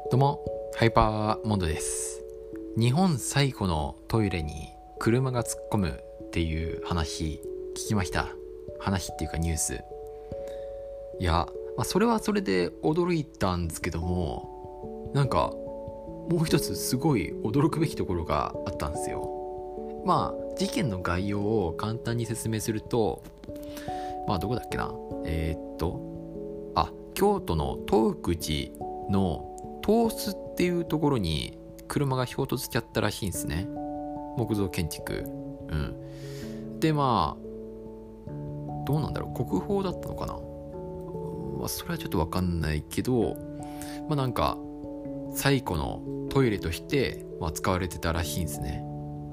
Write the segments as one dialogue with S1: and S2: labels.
S1: どうも、ハイパーモンドです。日本最古のトイレに車が突っ込むっていう話聞きました。話っていうかニュース。いや、それはそれで驚いたんですけども、なんかもう一つすごい驚くべきところがあったんですよ。事件の概要を簡単に説明すると、どこだっけな、京都の東福寺の東須っていうところに車が衝突しちゃったらしいんですね。木造建築。でどうなんだろう、国宝だったのかな、それはちょっと分かんないけど、最古のトイレとして、使われてたらしいんですね。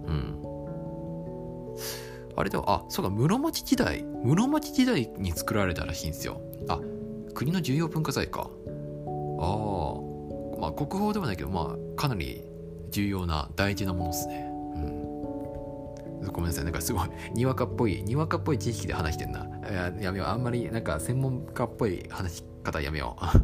S1: あれではそうか、室町時代に作られたらしいんですよ。国の重要文化財か。国宝ではないけど、かなり重要な大事なものですね。ごめんなさい、すごいにわかっぽい知識で話してんな。やめよう、あんまり専門家っぽい話し方やめよう。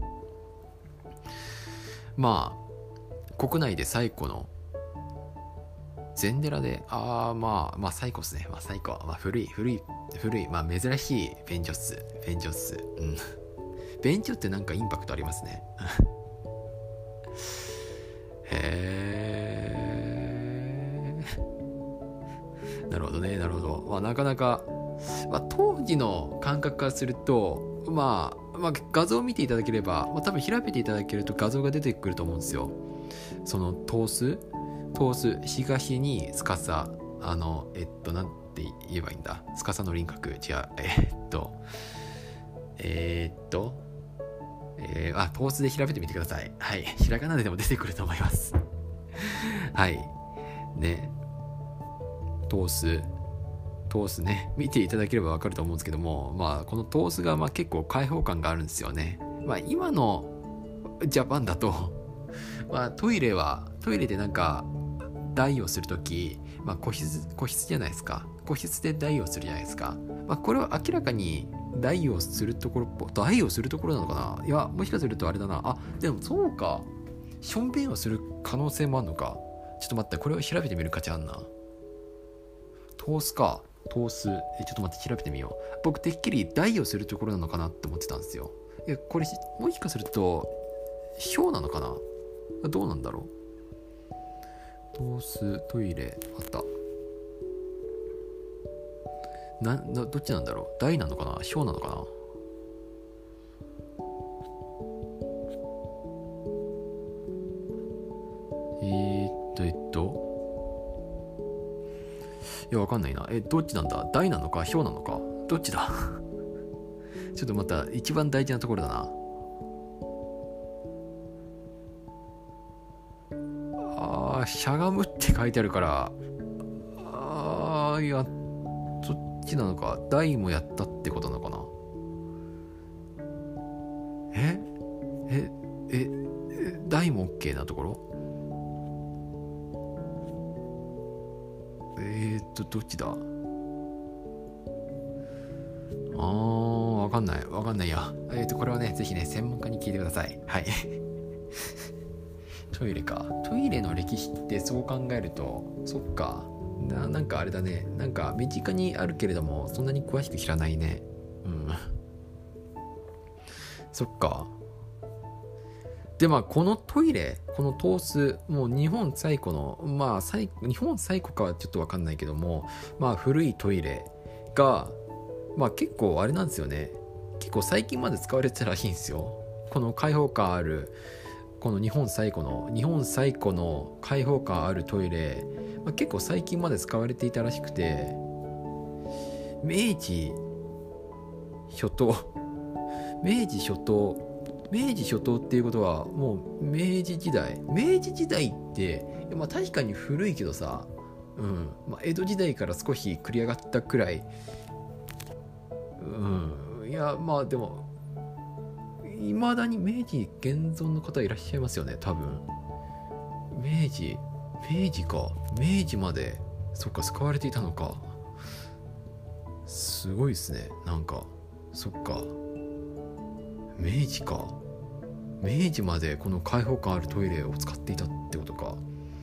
S1: 国内で最古の禅寺で最古っすね。最古、古い、珍しい便所っす。便所ってインパクトありますね。なるほどね。なかなか、当時の感覚からすると、画像を見ていただければ、多分調べていただけると画像が出てくると思うんですよ。その東須、東に司、なんて言えばいいんだ、司の輪郭、違う、東須で調べてみてください。はい、ひらがなでも出てくると思います。はいね、東須ね、見ていただければ分かると思うんですけども、この東須が結構開放感があるんですよね。今のジャパンだと、トイレで台をするとき、個室じゃないですか。個室で台をするじゃないですか。これは明らかに台をするところなのかな。いや、もしかするとあれだな。でもそうか、しょんべんをする可能性もあるのか。ちょっと待って、これを調べてみる価値あんな。東須、ちょっと待って、調べてみよう。僕てっきり台をするところなのかなって思ってたんですよ。これもしかすると表なのかな。どうなんだろう。東須トイレあった。どっちなんだろう。台なのかな、表なのかな。いや、わかんないな。どっちなんだ、台なのか表なのか、どっちだ。ちょっとまた一番大事なところだな。しゃがむって書いてあるから、いや、そっちなのか。台もやったってことなのかな。台も OK なところ。どっちだ。わかんないや。これはね、ぜひね、専門家に聞いてください。はい。トイレか。トイレの歴史ってそう考えると、そっか。あれだね。身近にあるけれども、そんなに詳しく知らないね。そっか。で、このトイレ、この東須、もう日本最古の、日本最古かはちょっとわかんないけども、古いトイレが、結構あれなんですよね。結構最近まで使われてたらしいんですよ。この開放感ある、この日本最古の開放感あるトイレ、結構最近まで使われていたらしくて、明治初頭っていうことはもう明治時代って、確かに古いけどさ、江戸時代から少し繰り上がったくらい。いや、でもいまだに明治現存の方いらっしゃいますよね、多分。明治までそっか、使われていたのか。すごいですね。そっか、明治か。 明治までこの開放感あるトイレを使っていたってことか。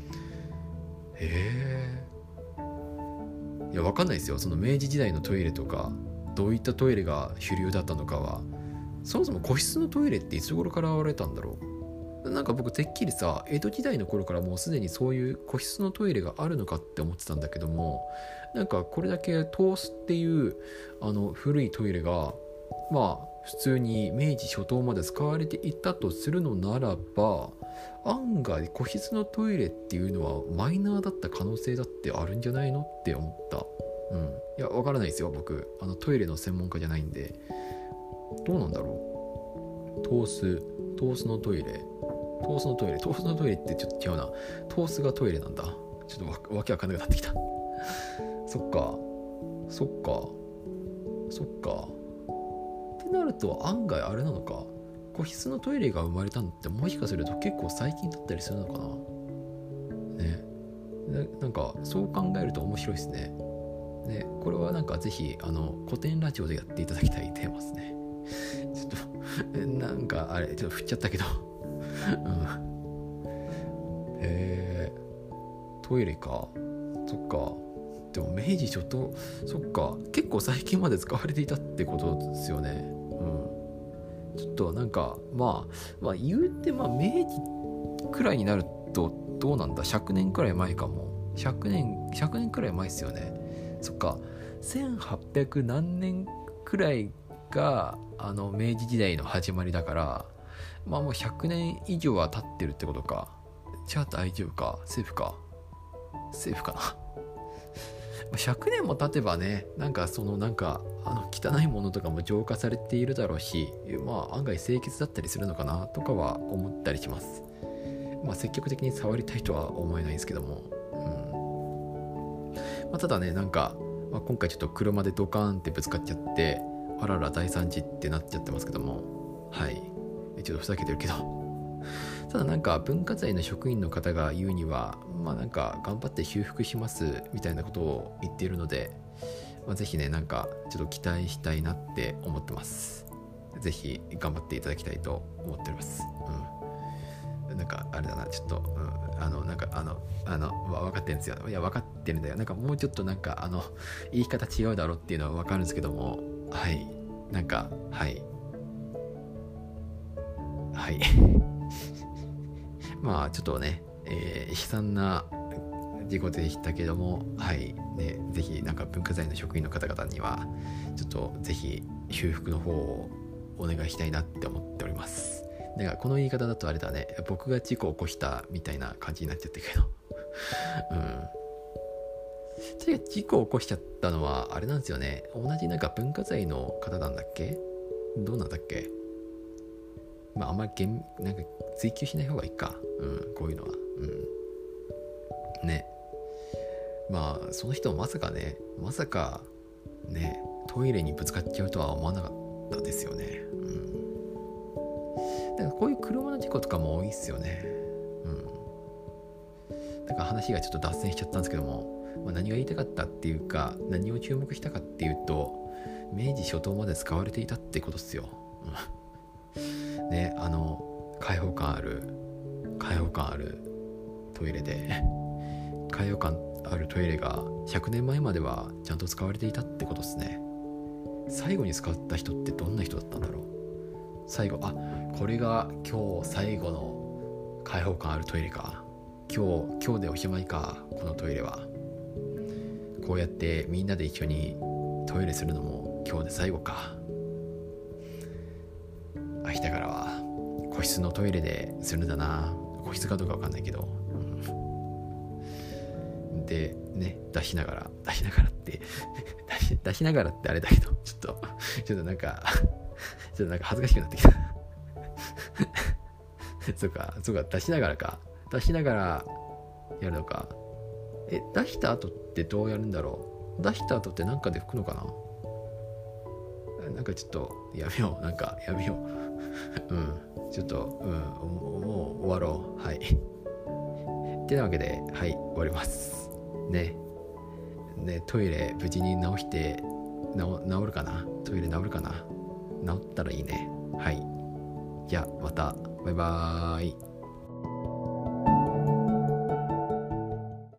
S1: いや、わかんないですよ。その明治時代のトイレとかどういったトイレが主流だったのかは。そもそも個室のトイレっていつ頃から現れたんだろう。なんか僕てっきりさ、江戸時代の頃からもうすでにそういう個室のトイレがあるのかって思ってたんだけども、なんかこれだけ東司っていう古いトイレがまあ普通に明治初頭まで使われていたとするのならば、案外個室のトイレっていうのはマイナーだった可能性だってあるんじゃないのって思った。いや、わからないですよ、僕トイレの専門家じゃないんで。どうなんだろう。東司のトイレってちょっと違うな。東司がトイレなんだ。ちょっとわけわかんなくなってきた。そっかってなると、案外あれなのか、個室のトイレが生まれたのってもしかすると結構最近だったりするのかなね。なんかそう考えると面白いですね。これはなんかぜひ古典ラジオでやっていただきたいテーマですね。ちょっとなんかあれちょっと振っちゃったけどトイレか。そっか。でも明治初頭、そっか、結構最近まで使われていたってことですよね。ちょっとなんかまあ言うて明治くらいになるとどうなんだ。100年くらい前かも。100年くらい前ですよね。そっか、1800何年くらいが明治時代の始まりだから、もう100年以上は経ってるってことか。じゃあ大丈夫か。セーフかな。100年も経てばね、なんか汚いものとかも浄化されているだろうし、案外清潔だったりするのかなとかは思ったりします。積極的に触りたいとは思えないですけども、ただね、なんか、今回ちょっと車でドカーンってぶつかっちゃって、あらら大惨事ってなっちゃってますけども、はい、ちょっとふざけてるけど、ただなんか文化財の職員の方が言うには、なんか頑張って修復しますみたいなことを言っているので、ぜひね、なんかちょっと期待したいなって思ってます。ぜひ頑張っていただきたいと思っております。なんかあれだな、ちょっと、なんか分かってるんですよ。いや、分かってるんだよ。なんかもうちょっとなんか言い方違うだろうっていうのは分かるんですけども、はい、なんかはいちょっとね、悲惨な事故でしたけども、ぜひなんか文化財の職員の方々にはちょっとぜひ修復の方をお願いしたいなって思っております。だからこの言い方だとあれだね、僕が事故を起こしたみたいな感じになっちゃってるけど事故を起こしちゃったのはあれなんですよね。同じなんか文化財の方なんだっけ、どうなんだっけ。あんまりなんか追求しない方がいいか。こういうのは。ね。その人もまさかね、トイレにぶつかっちゃうとは思わなかったですよね。だからこういう車の事故とかも多いっすよね。だから話がちょっと脱線しちゃったんですけども、何が言いたかったっていうか、何を注目したかっていうと、明治初頭まで使われていたってことっすよ。ね、開放感あるトイレで、開放感あるトイレが100年前まではちゃんと使われていたってことですね。最後に使った人ってどんな人だったんだろう。最後、これが今日最後の開放感あるトイレか。今日でおしまいか、このトイレは。こうやってみんなで一緒にトイレするのも今日で最後か。明日からは個室のトイレでするんだな。個室かどうか分かんないけど、でね、出しながらって出しながらってあれだけど、ちょっとなんか恥ずかしくなってきたそうか出しながらやるのか。出した後ってどうやるんだろう。出した後ってなんかで拭くのかな。なんかちょっとやめようちょっともう終わろう。ってなわけで、終わりますね。トイレ無事に直して治るかな。トイレ治るかな。治ったらいいね。じゃあまた。 バイバーイ。